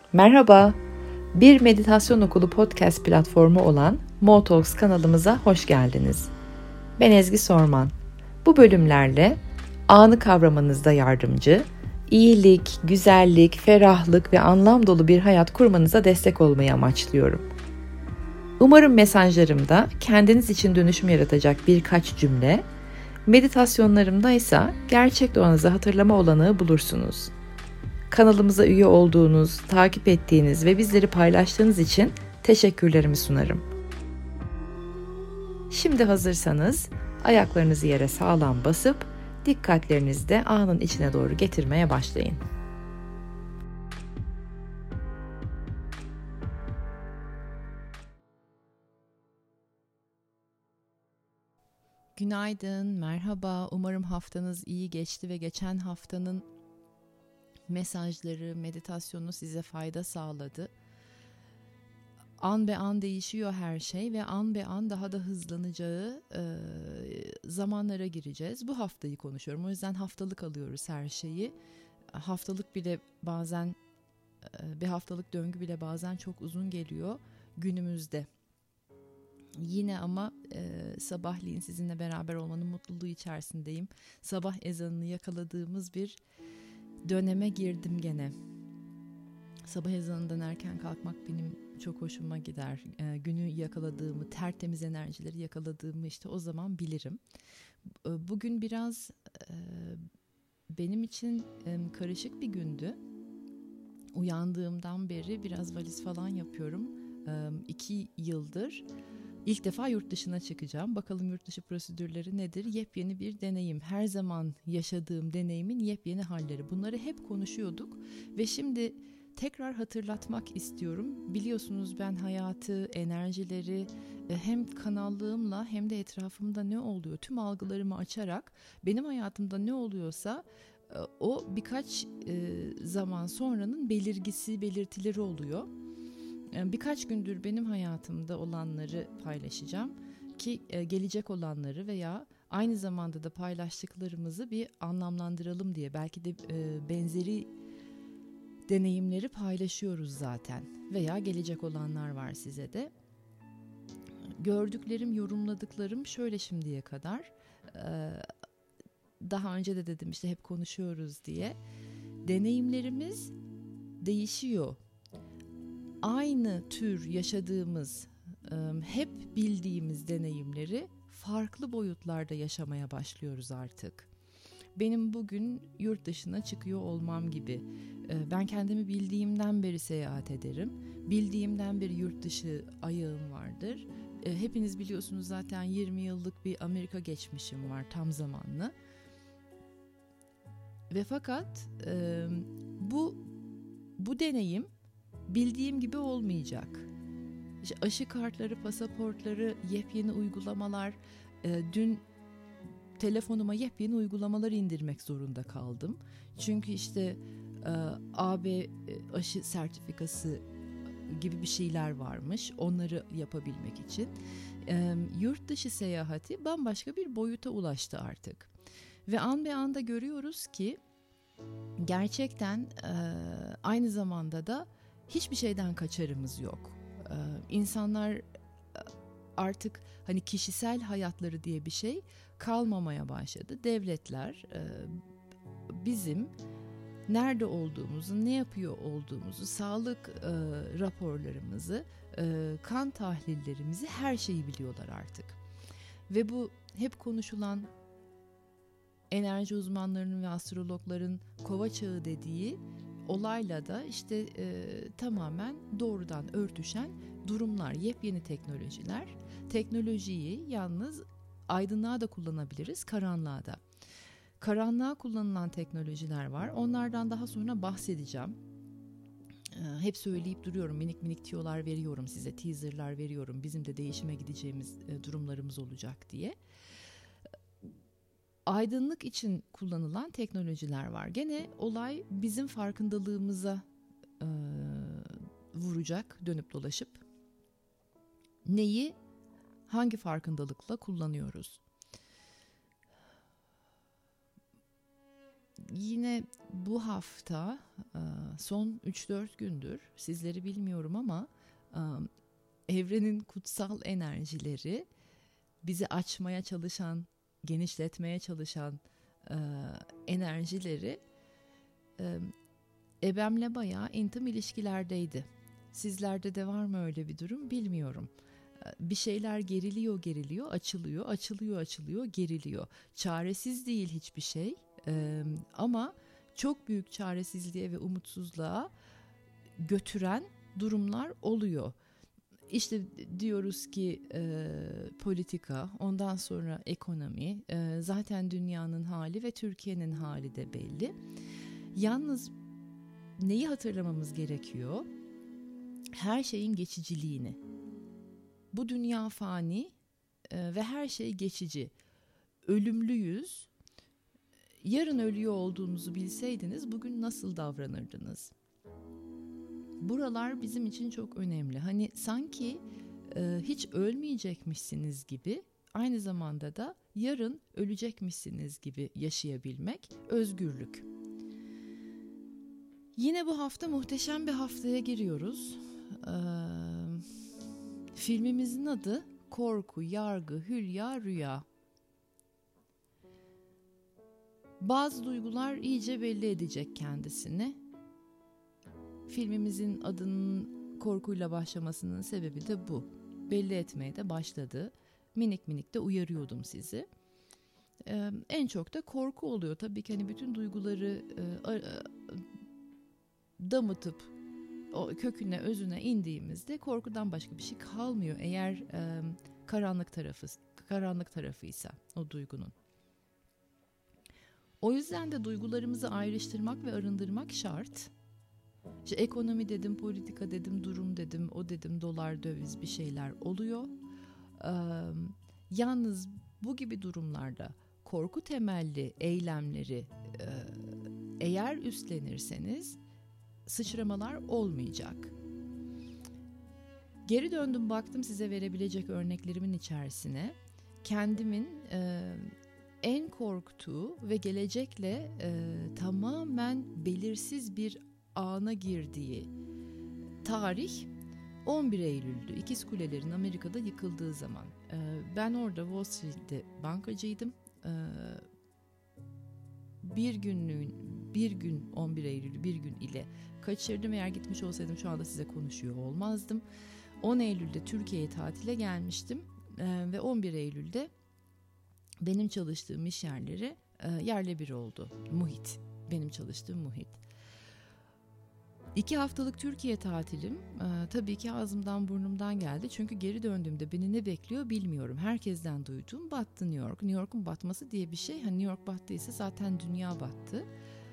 Merhaba, bir meditasyon okulu podcast platformu olan Motalks kanalımıza hoş geldiniz. Ben Ezgi Sorman. Bu bölümlerle anı kavramanızda yardımcı, iyilik, güzellik, ferahlık ve anlam dolu bir hayat kurmanıza destek olmayı amaçlıyorum. Umarım mesajlarımda kendiniz için dönüşüm yaratacak birkaç cümle, meditasyonlarımda ise gerçek doğanızı hatırlama olanağı bulursunuz. Kanalımıza üye olduğunuz, takip ettiğiniz ve bizleri paylaştığınız için teşekkürlerimi sunarım. Şimdi hazırsanız ayaklarınızı yere sağlam basıp dikkatlerinizi de anın içine doğru getirmeye başlayın. Günaydın, merhaba. Umarım haftanız iyi geçti ve geçen haftanın mesajları, meditasyonu size fayda sağladı. An be an değişiyor her şey ve an be an daha da hızlanacağı zamanlara gireceğiz. Bu haftayı konuşuyorum. O yüzden haftalık alıyoruz her şeyi. Haftalık bile bazen, bir haftalık döngü bile bazen çok uzun geliyor günümüzde. Yine ama sabahleyin sizinle beraber olmanın mutluluğu içerisindeyim. Sabah ezanını yakaladığımız bir döneme girdim gene. Sabah ezanından erken kalkmak benim çok hoşuma gider. Günü yakaladığımı, tertemiz enerjileri yakaladığımı işte o zaman bilirim. Bugün biraz benim için karışık bir gündü. Uyandığımdan beri biraz valiz falan yapıyorum. 2 yıldır ilk defa yurt dışına çıkacağım. Bakalım yurt dışı prosedürleri nedir? Yepyeni bir deneyim. Her zaman yaşadığım deneyimin yepyeni halleri. Bunları hep konuşuyorduk ve şimdi tekrar hatırlatmak istiyorum. Biliyorsunuz ben hayatı, enerjileri hem kanallığımla hem de etrafımda ne oluyor tüm algılarımı açarak benim hayatımda ne oluyorsa o birkaç zaman sonranın belirtileri oluyor. Birkaç gündür benim hayatımda olanları paylaşacağım ki gelecek olanları veya aynı zamanda da paylaştıklarımızı bir anlamlandıralım diye. Belki de benzeri deneyimleri paylaşıyoruz zaten veya gelecek olanlar var size de. Gördüklerim, yorumladıklarım şöyle şimdiye kadar. Daha önce de dedim işte hep konuşuyoruz diye. Deneyimlerimiz değişiyor. Aynı tür yaşadığımız, hep bildiğimiz deneyimleri farklı boyutlarda yaşamaya başlıyoruz artık. Benim bugün yurt dışına çıkıyor olmam gibi. Ben kendimi bildiğimden beri seyahat ederim. Bildiğimden beri yurt dışı ayağım vardır. Hepiniz biliyorsunuz zaten 20 yıllık bir Amerika geçmişim var tam zamanlı. Ve fakat bu deneyim bildiğim gibi olmayacak. İşte aşı kartları, pasaportları, yepyeni uygulamalar. Dün telefonuma yepyeni uygulamalar indirmek zorunda kaldım. Çünkü işte AB aşı sertifikası gibi bir şeyler varmış. Onları yapabilmek için. Yurt dışı seyahati bambaşka bir boyuta ulaştı artık. Ve an be anda görüyoruz ki gerçekten aynı zamanda da hiçbir şeyden kaçarımız yok. İnsanlar artık hani kişisel hayatları diye bir şey kalmamaya başladı. Devletler bizim nerede olduğumuzu, ne yapıyor olduğumuzu, sağlık raporlarımızı, kan tahlillerimizi, her şeyi biliyorlar artık. Ve bu hep konuşulan enerji uzmanlarının ve astrologların kova çağı dediği olayla da işte tamamen doğrudan örtüşen durumlar, yepyeni teknolojiler. Teknolojiyi yalnız aydınlığa da kullanabiliriz, karanlığa da. Karanlığa kullanılan teknolojiler var. Onlardan daha sonra bahsedeceğim. Hep söyleyip duruyorum, minik minik tiyolar veriyorum size, teaserlar veriyorum. Bizim de değişime gideceğimiz durumlarımız olacak diye. Aydınlık için kullanılan teknolojiler var. Gene olay bizim farkındalığımıza vuracak, dönüp dolaşıp. Neyi, hangi farkındalıkla kullanıyoruz? Yine bu hafta son 3-4 gündür sizleri bilmiyorum ama evrenin kutsal enerjileri bizi açmaya çalışan, genişletmeye çalışan enerjileri ebemle bayağı intim ilişkilerdeydi. Sizlerde de var mı öyle bir durum bilmiyorum. Bir şeyler geriliyor, açılıyor, geriliyor. Çaresiz değil hiçbir şey ama çok büyük çaresizliğe ve umutsuzluğa götüren durumlar oluyor. İşte diyoruz ki politika, ondan sonra ekonomi, zaten dünyanın hali ve Türkiye'nin hali de belli. Yalnız neyi hatırlamamız gerekiyor? Her şeyin geçiciliğini. Bu dünya fani ve her şey geçici. Ölümlüyüz. Yarın ölüyor olduğunuzu bilseydiniz bugün nasıl davranırdınız? Buralar bizim için çok önemli. Hani sanki hiç ölmeyecekmişsiniz gibi, aynı zamanda da yarın ölecekmişsiniz gibi yaşayabilmek özgürlük. Yine bu hafta muhteşem bir haftaya giriyoruz. Filmimizin adı Korku, Yargı, Hülya, Rüya. Bazı duygular iyice belli edecek kendisini. Filmimizin adının korkuyla başlamasının sebebi de bu. Belli etmeye de başladı. Minik minik de uyarıyordum sizi. En çok da korku oluyor. Tabii ki hani bütün duyguları damıtıp o köküne, özüne indiğimizde korkudan başka bir şey kalmıyor. Eğer karanlık tarafıysa o duygunun. O yüzden de duygularımızı ayrıştırmak ve arındırmak şart. İşte ekonomi dedim, politika dedim, durum dedim, o dedim, dolar, döviz bir şeyler oluyor. Yalnız bu gibi durumlarda korku temelli eylemleri eğer üstlenirseniz sıçramalar olmayacak. Geri döndüm, baktım size verebilecek örneklerimin içerisine. Kendimin en korktuğu ve gelecekle tamamen belirsiz bir ana girdiği tarih 11 Eylül'dü. İkiz Kulelerin Amerika'da yıkıldığı zaman. Ben orada Wall Street'te bankacıydım. Bir gün 11 Eylül'ü bir gün ile kaçırdım. Eğer gitmiş olsaydım şu anda size konuşuyor olmazdım. 10 Eylül'de Türkiye'ye tatile gelmiştim ve 11 Eylül'de benim çalıştığım iş yerleri yerle bir oldu. Muhit, benim çalıştığım muhit. 2 haftalık Türkiye tatilim tabii ki ağzımdan burnumdan geldi. Çünkü geri döndüğümde beni ne bekliyor bilmiyorum. Herkesten duyduğum battı New York. New York'un batması diye bir şey. Hani New York battıysa zaten dünya battı.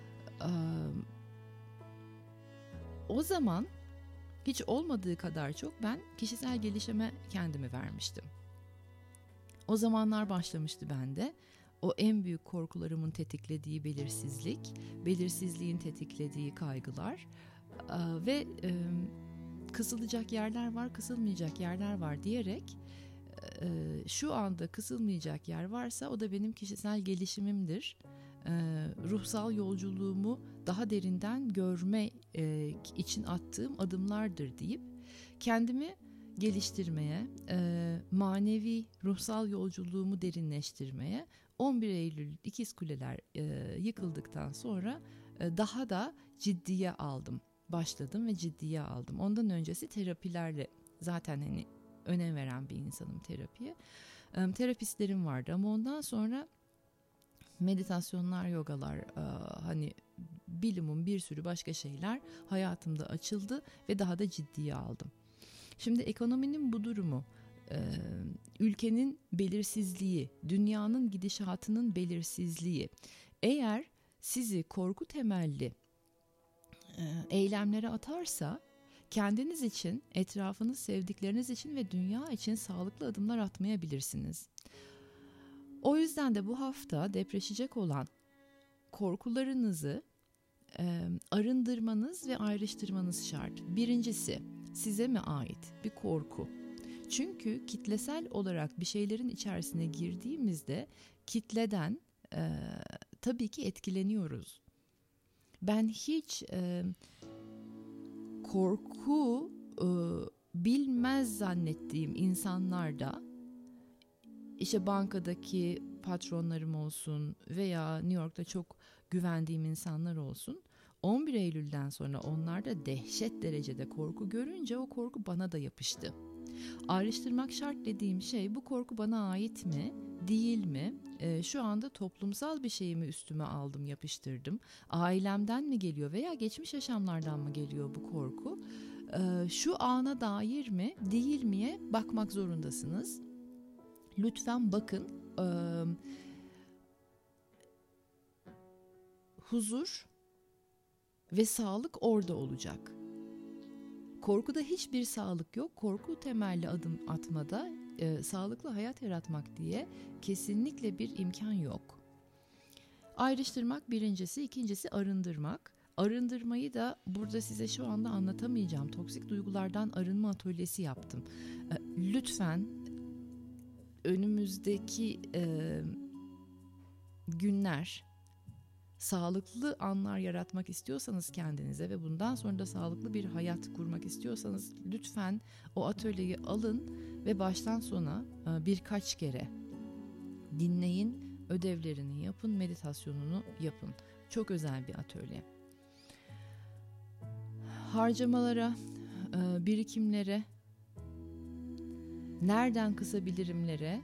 O zaman hiç olmadığı kadar çok ben kişisel gelişime kendimi vermiştim. O zamanlar başlamıştı bende. O en büyük korkularımın tetiklediği belirsizlik, belirsizliğin tetiklediği kaygılar ve kısılacak yerler var, kısılmayacak yerler var diyerek şu anda kısılmayacak yer varsa o da benim kişisel gelişimimdir. Ruhsal yolculuğumu daha derinden görme için attığım adımlardır deyip kendimi geliştirmeye, manevi ruhsal yolculuğumu derinleştirmeye 11 Eylül İkiz Kuleler yıkıldıktan sonra daha da ciddiye aldım. Başladım ve ciddiye aldım. Ondan öncesi terapilerle zaten hani önem veren bir insanım terapiye. Terapistlerim vardı ama ondan sonra meditasyonlar, yogalar, hani bilimum bir sürü başka şeyler hayatımda açıldı ve daha da ciddiye aldım. Şimdi ekonominin bu durumu, ülkenin belirsizliği, dünyanın gidişatının belirsizliği eğer sizi korku temelli eylemlere atarsa kendiniz için, etrafınız, sevdikleriniz için ve dünya için sağlıklı adımlar atmayabilirsiniz. O yüzden de bu hafta depreşecek olan korkularınızı arındırmanız ve ayrıştırmanız şart. Birincisi, size mi ait bir korku? Çünkü kitlesel olarak bir şeylerin içerisine girdiğimizde kitleden tabii ki etkileniyoruz. Ben hiç korku bilmez zannettiğim insanlarda, işte bankadaki patronlarım olsun veya New York'ta çok güvendiğim insanlar olsun, 11 Eylül'den sonra onlarda dehşet derecede korku görünce o korku bana da yapıştı. Ayrıştırmak şart dediğim şey, bu korku bana ait mi, değil mi? Şu anda toplumsal bir şeyi mi üstüme aldım, yapıştırdım? Ailemden mi geliyor veya geçmiş yaşamlardan mı geliyor bu korku? Şu ana dair mi, değil miye bakmak zorundasınız. Lütfen bakın. Huzur ve sağlık orada olacak. Korkuda hiçbir sağlık yok. Korku temelli adım atmada sağlıklı hayat yaratmak diye kesinlikle bir imkan yok. Ayrıştırmak birincisi, ikincisi arındırmak. Arındırmayı da burada size şu anda anlatamayacağım. Toksik duygulardan arınma atölyesi yaptım. Lütfen önümüzdeki günler, sağlıklı anlar yaratmak istiyorsanız kendinize ve bundan sonra da sağlıklı bir hayat kurmak istiyorsanız lütfen o atölyeyi alın ve baştan sona birkaç kere dinleyin, ödevlerini yapın, meditasyonunu yapın. Çok özel bir atölye. Harcamalara, birikimlere, nereden kısabilirimlere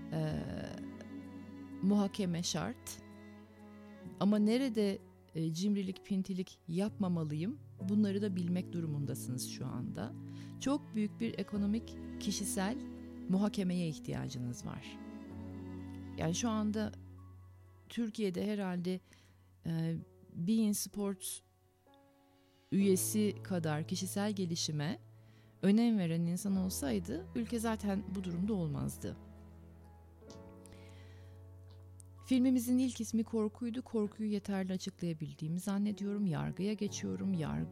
muhakeme şart. Ama nerede cimrilik, pintilik yapmamalıyım, bunları da bilmek durumundasınız şu anda. Çok büyük bir ekonomik, kişisel muhakemeye ihtiyacınız var. Yani şu anda Türkiye'de herhalde Bein Sports üyesi kadar kişisel gelişime önem veren insan olsaydı ülke zaten bu durumda olmazdı. Filmimizin ilk ismi Korkuydu. Korkuyu yeterli açıklayabildiğimi zannediyorum. Yargıya geçiyorum.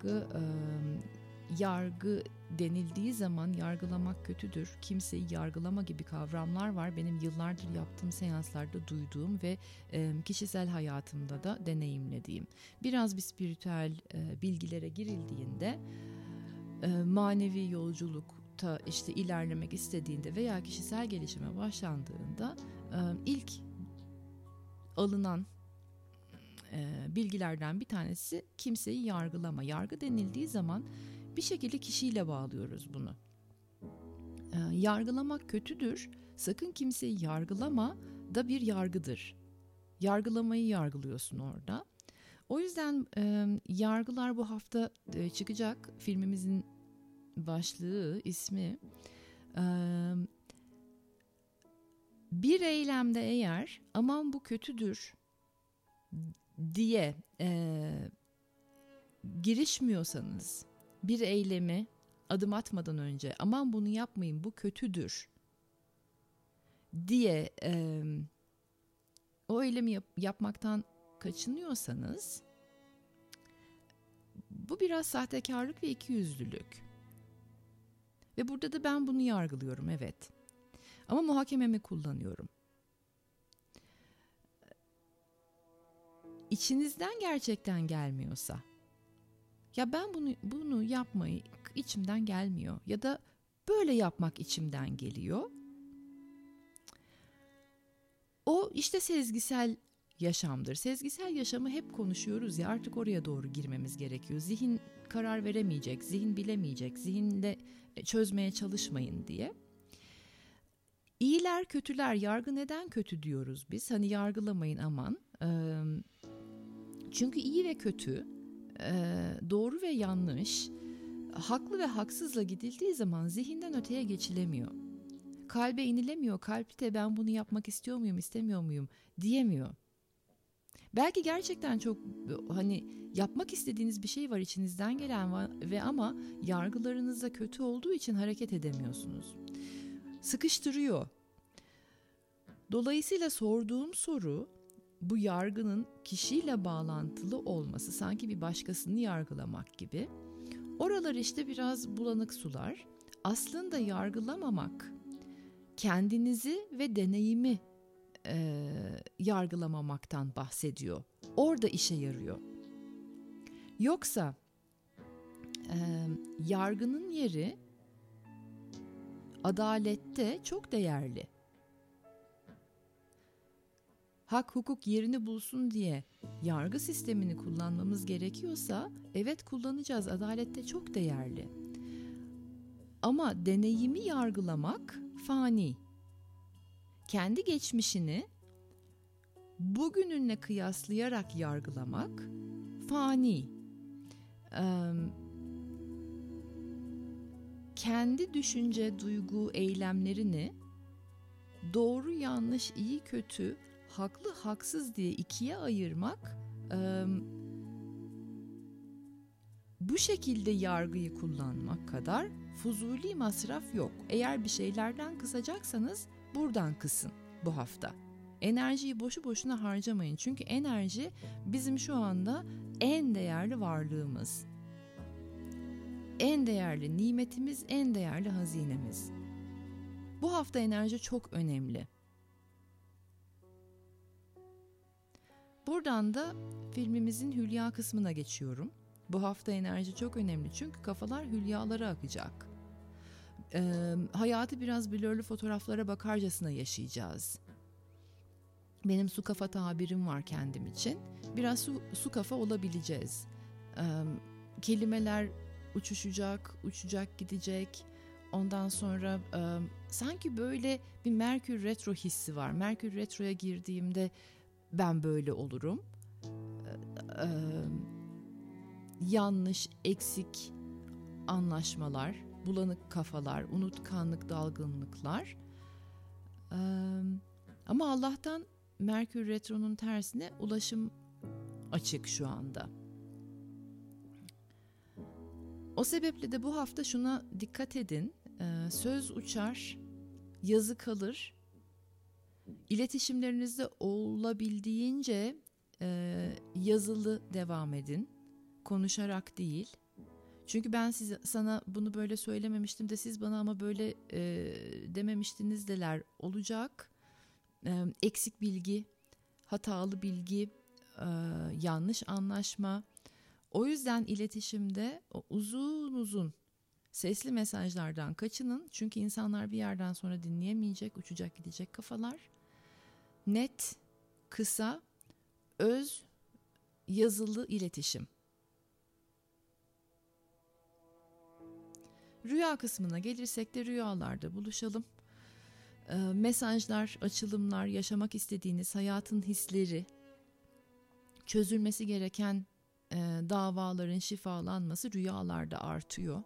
Yargı denildiği zaman yargılamak kötüdür, kimseyi yargılama gibi kavramlar var. Benim yıllardır yaptığım seanslarda duyduğum ve kişisel hayatımda da deneyimlediğim. Biraz bir spiritüel bilgilere girildiğinde, manevi yolculukta işte ilerlemek istediğinde veya kişisel gelişime başlandığında ilk alınan bilgilerden bir tanesi kimseyi yargılama. Yargı denildiği zaman bir şekilde kişiyle bağlıyoruz bunu. Yargılamak kötüdür. Sakın kimseyi yargılama da bir yargıdır. Yargılamayı yargılıyorsun orada. O yüzden yargılar bu hafta çıkacak. Filmimizin başlığı, ismi. Bir eylemde eğer aman bu kötüdür diye girişmiyorsanız, bir eylemi adım atmadan önce aman bunu yapmayın bu kötüdür diye o eylemi yapmaktan kaçınıyorsanız, bu biraz sahtekarlık ve ikiyüzlülük. Ve burada da ben bunu yargılıyorum, evet. Ama muhakememi kullanıyorum. İçinizden gerçekten gelmiyorsa, ya ben bunu yapmayı içimden gelmiyor ya da böyle yapmak içimden geliyor. O işte sezgisel yaşamdır. Sezgisel yaşamı hep konuşuyoruz ya, artık oraya doğru girmemiz gerekiyor. Zihin karar veremeyecek, zihin bilemeyecek, zihinle çözmeye çalışmayın diye. İyiler, kötüler, yargı neden kötü diyoruz biz? Hani yargılamayın aman. Çünkü iyi ve kötü, doğru ve yanlış, haklı ve haksızla gidildiği zaman zihinden öteye geçilemiyor. Kalbe inilemiyor. Kalp de ben bunu yapmak istiyor muyum, istemiyor muyum diyemiyor. Belki gerçekten çok hani yapmak istediğiniz bir şey var, içinizden gelen ve ama yargılarınızda kötü olduğu için hareket edemiyorsunuz. Sıkıştırıyor. Dolayısıyla sorduğum soru, bu yargının kişiyle bağlantılı olması, sanki bir başkasını yargılamak gibi. Oralar işte biraz bulanık sular. Aslında yargılamamak, kendinizi ve deneyimi yargılamamaktan bahsediyor. Orada işe yarıyor. Yoksa yargının yeri adalette çok değerli. Hak hukuk yerini bulsun diye yargı sistemini kullanmamız gerekiyorsa evet kullanacağız. Adalette çok değerli. Ama deneyimi yargılamak fani. Kendi geçmişini bugününle kıyaslayarak yargılamak fani. Kendi düşünce, duygu, eylemlerini doğru, yanlış, iyi, kötü, haklı, haksız diye ikiye ayırmak, bu şekilde yargıyı kullanmak kadar fuzuli masraf yok. Eğer bir şeylerden kısacaksanız buradan kısın bu hafta. Enerjiyi boşu boşuna harcamayın. Çünkü enerji bizim şu anda en değerli varlığımız. En değerli nimetimiz, en değerli hazinemiz. Bu hafta enerji çok önemli. Buradan da filmimizin hülya kısmına geçiyorum. Bu hafta enerji çok önemli çünkü kafalar hülyalara akacak. Hayatı biraz blurlu fotoğraflara bakarcasına yaşayacağız. Benim su kafa tabirim var kendim için. Biraz su kafa olabileceğiz. Kelimeler uçacak gidecek. Ondan sonra sanki böyle bir Merkür Retro hissi var. Merkür Retro'ya girdiğimde ben böyle olurum. Yanlış, eksik anlaşmalar, bulanık kafalar, unutkanlık, dalgınlıklar. Ama Allah'tan Merkür Retro'nun tersine ulaşım açık şu anda. O sebeple de bu hafta şuna dikkat edin. Söz uçar, yazı kalır. İletişimlerinizde olabildiğince yazılı devam edin. Konuşarak değil. Çünkü ben sana bunu böyle söylememiştim de siz bana ama böyle dememiştiniz deler olacak. Eksik bilgi, hatalı bilgi, yanlış anlaşma. O yüzden iletişimde uzun sesli mesajlardan kaçının. Çünkü insanlar bir yerden sonra dinleyemeyecek, uçacak gidecek kafalar. Net, kısa, öz, yazılı iletişim. Rüya kısmına gelirsek de rüyalarda buluşalım. Mesajlar, açılımlar, yaşamak istediğiniz hayatın hisleri, çözülmesi gereken davaların şifalanması rüyalarda artıyor.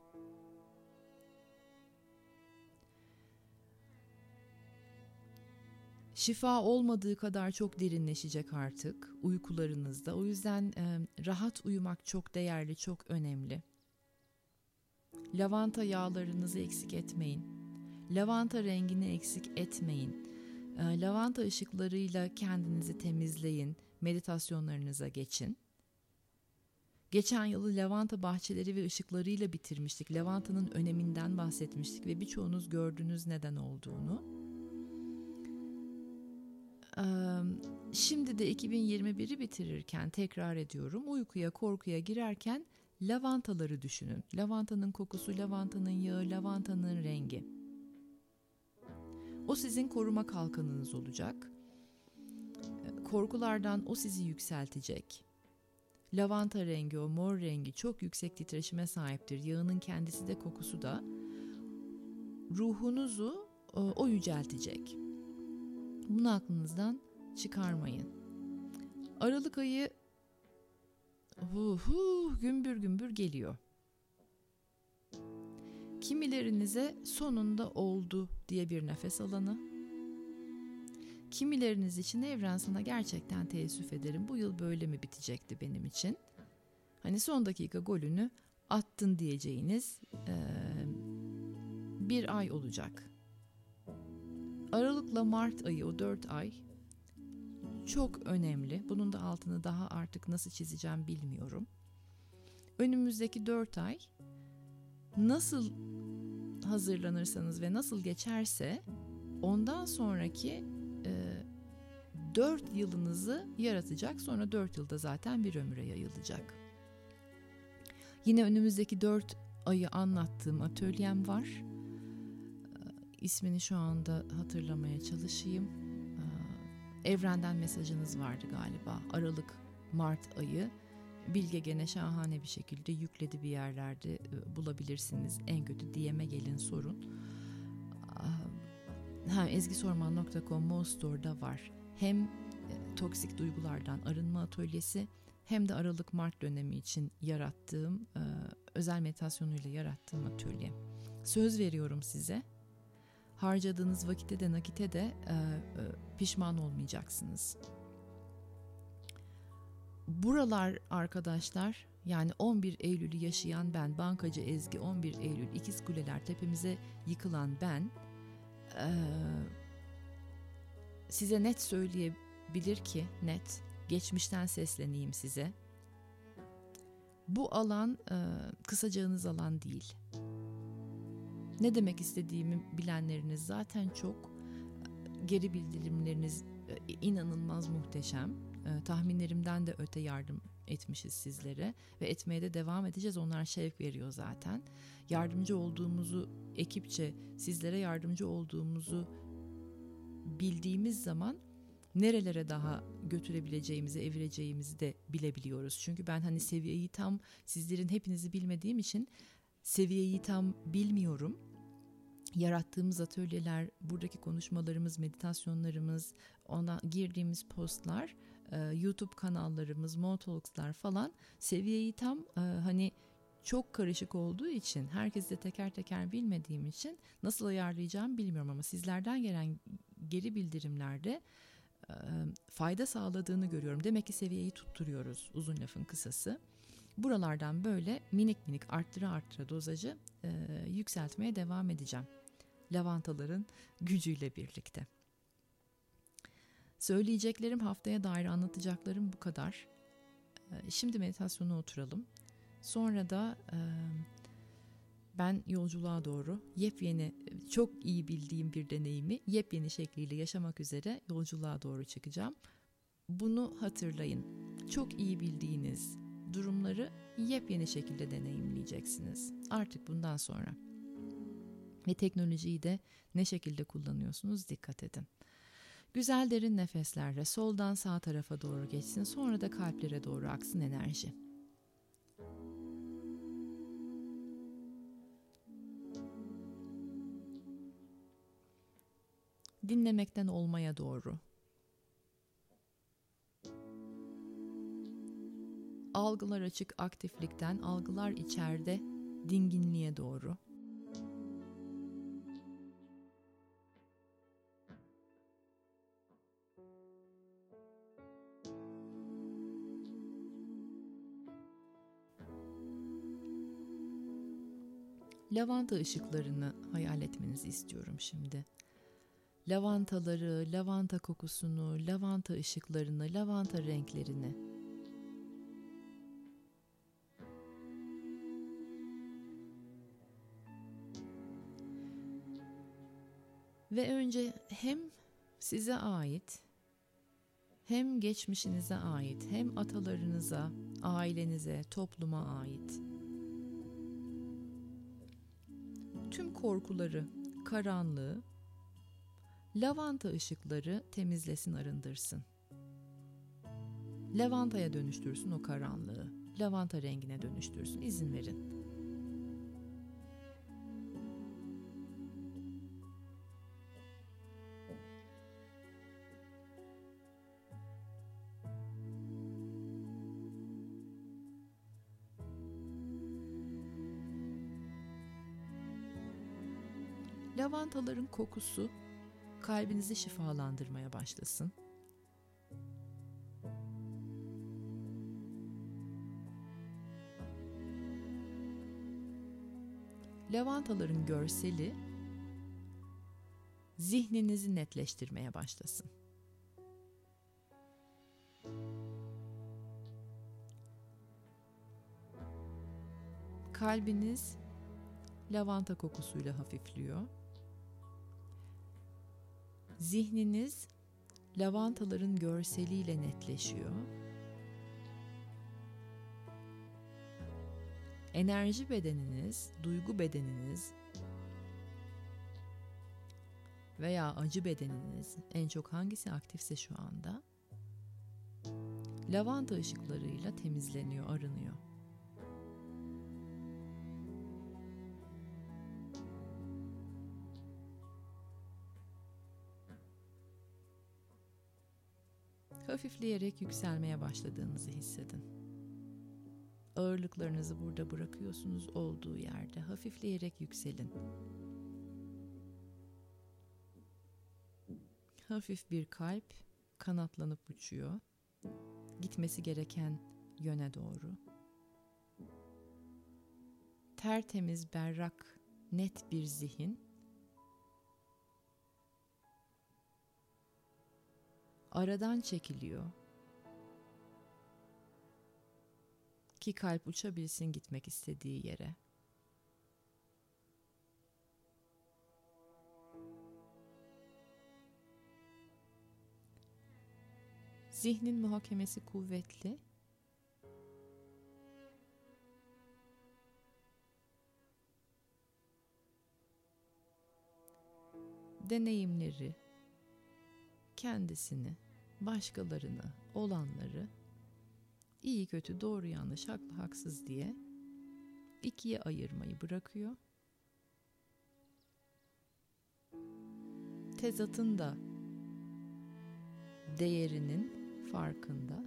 Şifa olmadığı kadar çok derinleşecek artık uykularınızda. O yüzden rahat uyumak çok değerli, çok önemli. Lavanta yağlarınızı eksik etmeyin. Lavanta rengini eksik etmeyin. Lavanta ışıklarıyla kendinizi temizleyin. Meditasyonlarınıza geçin. Geçen yılı lavanta bahçeleri ve ışıklarıyla bitirmiştik. Lavantanın öneminden bahsetmiştik ve birçoğunuz gördünüz neden olduğunu. Şimdi de 2021'i bitirirken tekrar ediyorum. Uykuya, korkuya girerken lavantaları düşünün. Lavantanın kokusu, lavantanın yağı, lavantanın rengi. O sizin koruma kalkanınız olacak. Korkulardan o sizi yükseltecek. Lavanta rengi, o mor rengi çok yüksek titreşime sahiptir. Yağının kendisi de kokusu da ruhunuzu o yüceltecek. Bunu aklınızdan çıkarmayın. Aralık ayı gümbür gümbür geliyor. Kimilerinize sonunda oldu diye bir nefes alanı. Kimileriniz için evren sana gerçekten teessüf ederim. Bu yıl böyle mi bitecekti benim için? Hani son dakika golünü attın diyeceğiniz bir ay olacak. Aralıkla Mart ayı, o 4 ay çok önemli. Bunun da altını daha artık nasıl çizeceğim bilmiyorum. Önümüzdeki 4 ay nasıl hazırlanırsanız ve nasıl geçerse ondan sonraki 4 yılınızı yaratacak. Sonra 4 yılda zaten bir ömüre yayılacak. Yine önümüzdeki 4 ayı anlattığım atölyem var. İsmini şu anda hatırlamaya çalışayım. Evrenden mesajınız vardı galiba. Aralık-Mart ayı. Bilge gene şahane bir şekilde yükledi, bir yerlerde bulabilirsiniz. En kötü DM'e gelin sorun. ezgisorman.com Mostore'da var. Hem toksik duygulardan arınma atölyesi, hem de Aralık-Mart dönemi için yarattığım, özel meditasyonuyla yarattığım atölye. Söz veriyorum size, harcadığınız vakite de nakite de pişman olmayacaksınız. Buralar arkadaşlar, yani 11 Eylül'ü yaşayan ben, bankacı Ezgi, 11 Eylül İkiz Kuleler tepemize yıkılan ben, size net söyleyebilir ki, net, geçmişten sesleneyim size. Bu alan kısacağınız alan değil. Ne demek istediğimi bilenleriniz zaten çok. Geri bildirimleriniz inanılmaz muhteşem. Tahminlerimden de öte yardım etmişiz sizlere ve etmeye de devam edeceğiz. Onlar şevk veriyor zaten. Yardımcı olduğumuzu, ekipçe sizlere yardımcı olduğumuzu bildiğimiz zaman nerelere daha götürebileceğimizi, evireceğimizi de bilebiliyoruz. Çünkü ben seviyeyi tam, sizlerin hepinizi bilmediğim için seviyeyi tam bilmiyorum. Yarattığımız atölyeler, buradaki konuşmalarımız, meditasyonlarımız, ona girdiğimiz postlar, YouTube kanallarımız, Motalks'lar falan seviyeyi tam çok karışık olduğu için, herkesi de teker teker bilmediğim için nasıl ayarlayacağımı bilmiyorum, ama sizlerden gelen geri bildirimlerde fayda sağladığını görüyorum. Demek ki seviyeyi tutturuyoruz, uzun lafın kısası. Buralardan böyle minik minik arttıra dozajı yükseltmeye devam edeceğim. Lavantaların gücüyle birlikte. Söyleyeceklerim, haftaya dair anlatacaklarım bu kadar. Şimdi meditasyona oturalım. Sonra da ben yolculuğa doğru yepyeni, çok iyi bildiğim bir deneyimi yepyeni şekliyle yaşamak üzere yolculuğa doğru çıkacağım. Bunu hatırlayın. Çok iyi bildiğiniz durumları yepyeni şekilde deneyimleyeceksiniz. Artık bundan sonra. Ve teknolojiyi de ne şekilde kullanıyorsunuz, dikkat edin. Güzel derin nefeslerle soldan sağ tarafa doğru geçsin. Sonra da kalplere doğru aksın enerji. Dinlemekten olmaya doğru. Algılar açık aktiflikten, algılar içeride dinginliğe doğru. Lavanta ışıklarını hayal etmenizi istiyorum şimdi. Lavantaları, lavanta kokusunu, lavanta ışıklarını, lavanta renklerini. Ve önce hem size ait, hem geçmişinize ait, hem atalarınıza, ailenize, topluma ait tüm korkuları, karanlığı, lavanta ışıkları temizlesin, arındırsın. Lavantaya dönüştürsün o karanlığı, lavanta rengine dönüştürsün, izin verin. Lavantaların kokusu kalbinizi şifalandırmaya başlasın. Lavantaların görseli zihninizi netleştirmeye başlasın. Kalbiniz lavanta kokusuyla hafifliyor. Zihniniz lavantaların görseliyle netleşiyor. Enerji bedeniniz, duygu bedeniniz veya acı bedeniniz, en çok hangisi aktifse şu anda, lavanta ışıklarıyla temizleniyor, arınıyor. Hafifleyerek yükselmeye başladığınızı hissedin. Ağırlıklarınızı burada bırakıyorsunuz, olduğu yerde hafifleyerek yükselin. Hafif bir kalp kanatlanıp uçuyor. Gitmesi gereken yöne doğru. Tertemiz, berrak, net bir zihin. Aradan çekiliyor. Ki kalp uçabilsin gitmek istediği yere. Zihnin muhakemesi kuvvetli. Deneyimleri, kendisini, başkalarını, olanları, iyi kötü, doğru yanlış, haklı haksız diye ikiye ayırmayı bırakıyor. Tezatın da değerinin farkında.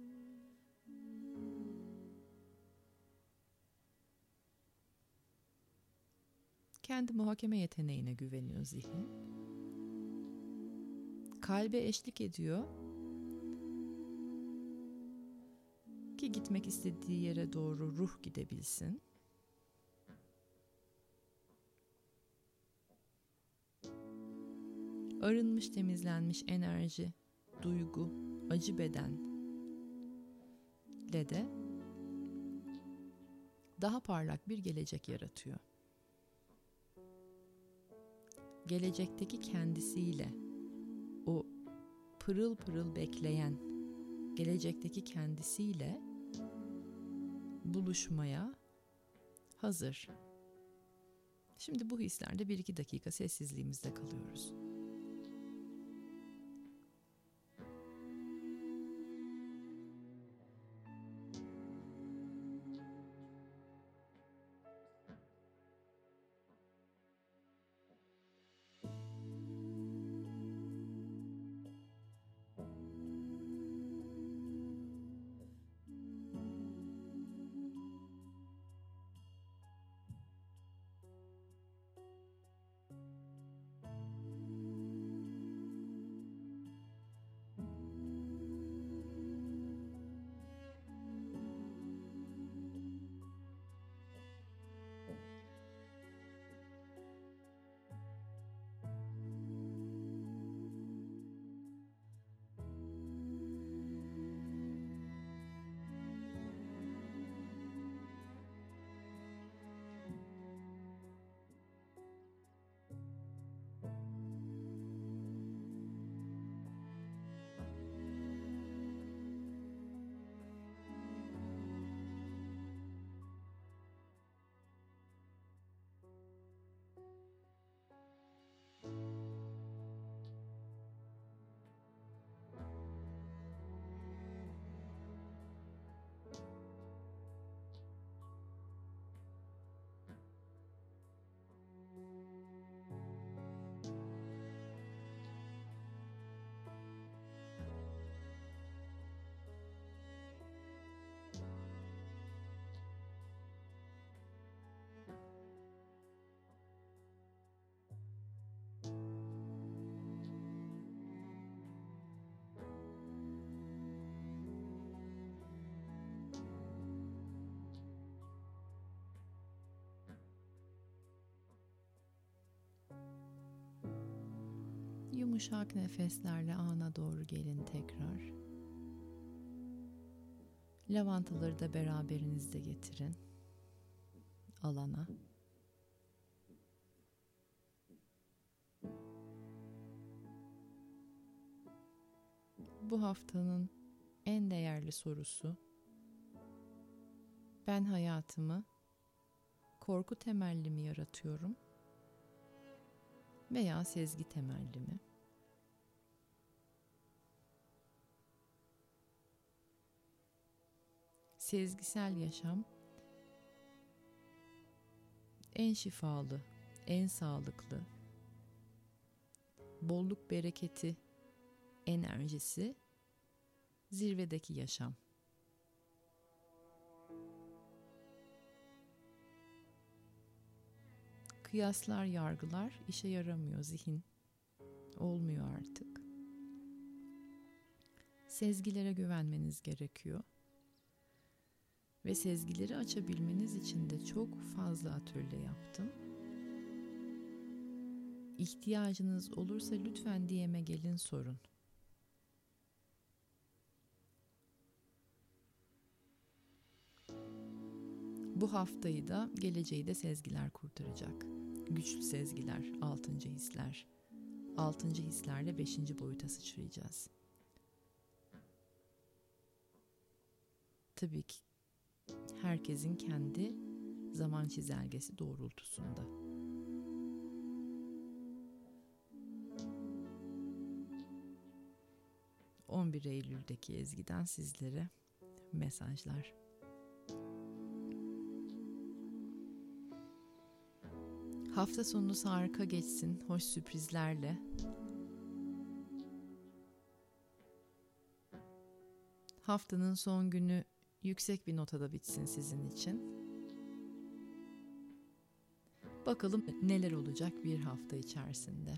Kendi muhakeme yeteneğine güveniyor zihin. Kalbe eşlik ediyor ki gitmek istediği yere doğru ruh gidebilsin. Arınmış, temizlenmiş enerji, duygu, acı bedenle de daha parlak bir gelecek yaratıyor. Gelecekteki kendisiyle, o pırıl pırıl bekleyen gelecekteki kendisiyle buluşmaya hazır. Şimdi bu hislerde 1-2 dakika sessizliğimizde kalıyoruz. Yumuşak nefeslerle ana doğru gelin tekrar. Lavantaları da beraberinizde getirin alana. Bu haftanın en değerli sorusu: ben hayatımı korku temelli mi yaratıyorum veya sezgi temelli mi? Sezgisel yaşam en şifalı, en sağlıklı, bolluk bereketi, enerjisi, zirvedeki yaşam. Kıyaslar, yargılar işe yaramıyor, zihin olmuyor artık. Sezgilere güvenmeniz gerekiyor. Ve sezgileri açabilmeniz için de çok fazla atölye yaptım. İhtiyacınız olursa lütfen DM'e gelin, sorun. Bu haftayı da, geleceği de sezgiler kurtaracak. Güçlü sezgiler, 6. hisler. 6. hislerle 5. boyuta sıçrayacağız. Tabii ki herkesin kendi zaman çizelgesi doğrultusunda. ...11 Eylül'deki Ezgi'den sizlere mesajlar. Hafta sonunuz harika geçsin, hoş sürprizlerle. Haftanın son günü yüksek bir notada bitsin sizin için. Bakalım neler olacak bir hafta içerisinde.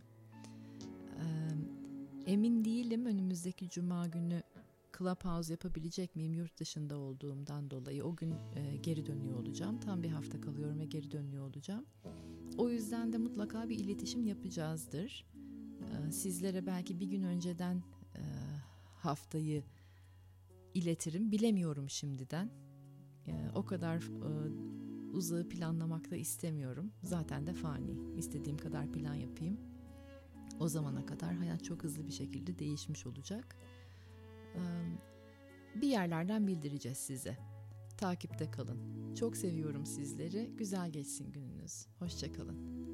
Emin değilim, önümüzdeki cuma günü Clubhouse yapabilecek miyim, yurt dışında olduğumdan dolayı. O gün geri dönüyor olacağım. Tam bir hafta kalıyorum ve geri dönüyor olacağım. O yüzden de mutlaka bir iletişim yapacağızdır. Sizlere belki bir gün önceden haftayı iletirim. Bilemiyorum şimdiden. O kadar uzağı planlamak da istemiyorum. Zaten de fani. İstediğim kadar plan yapayım. O zamana kadar hayat çok hızlı bir şekilde değişmiş olacak. Bir yerlerden bildireceğiz size. Takipte kalın. Çok seviyorum sizleri. Güzel geçsin gününüz. Hoşça kalın.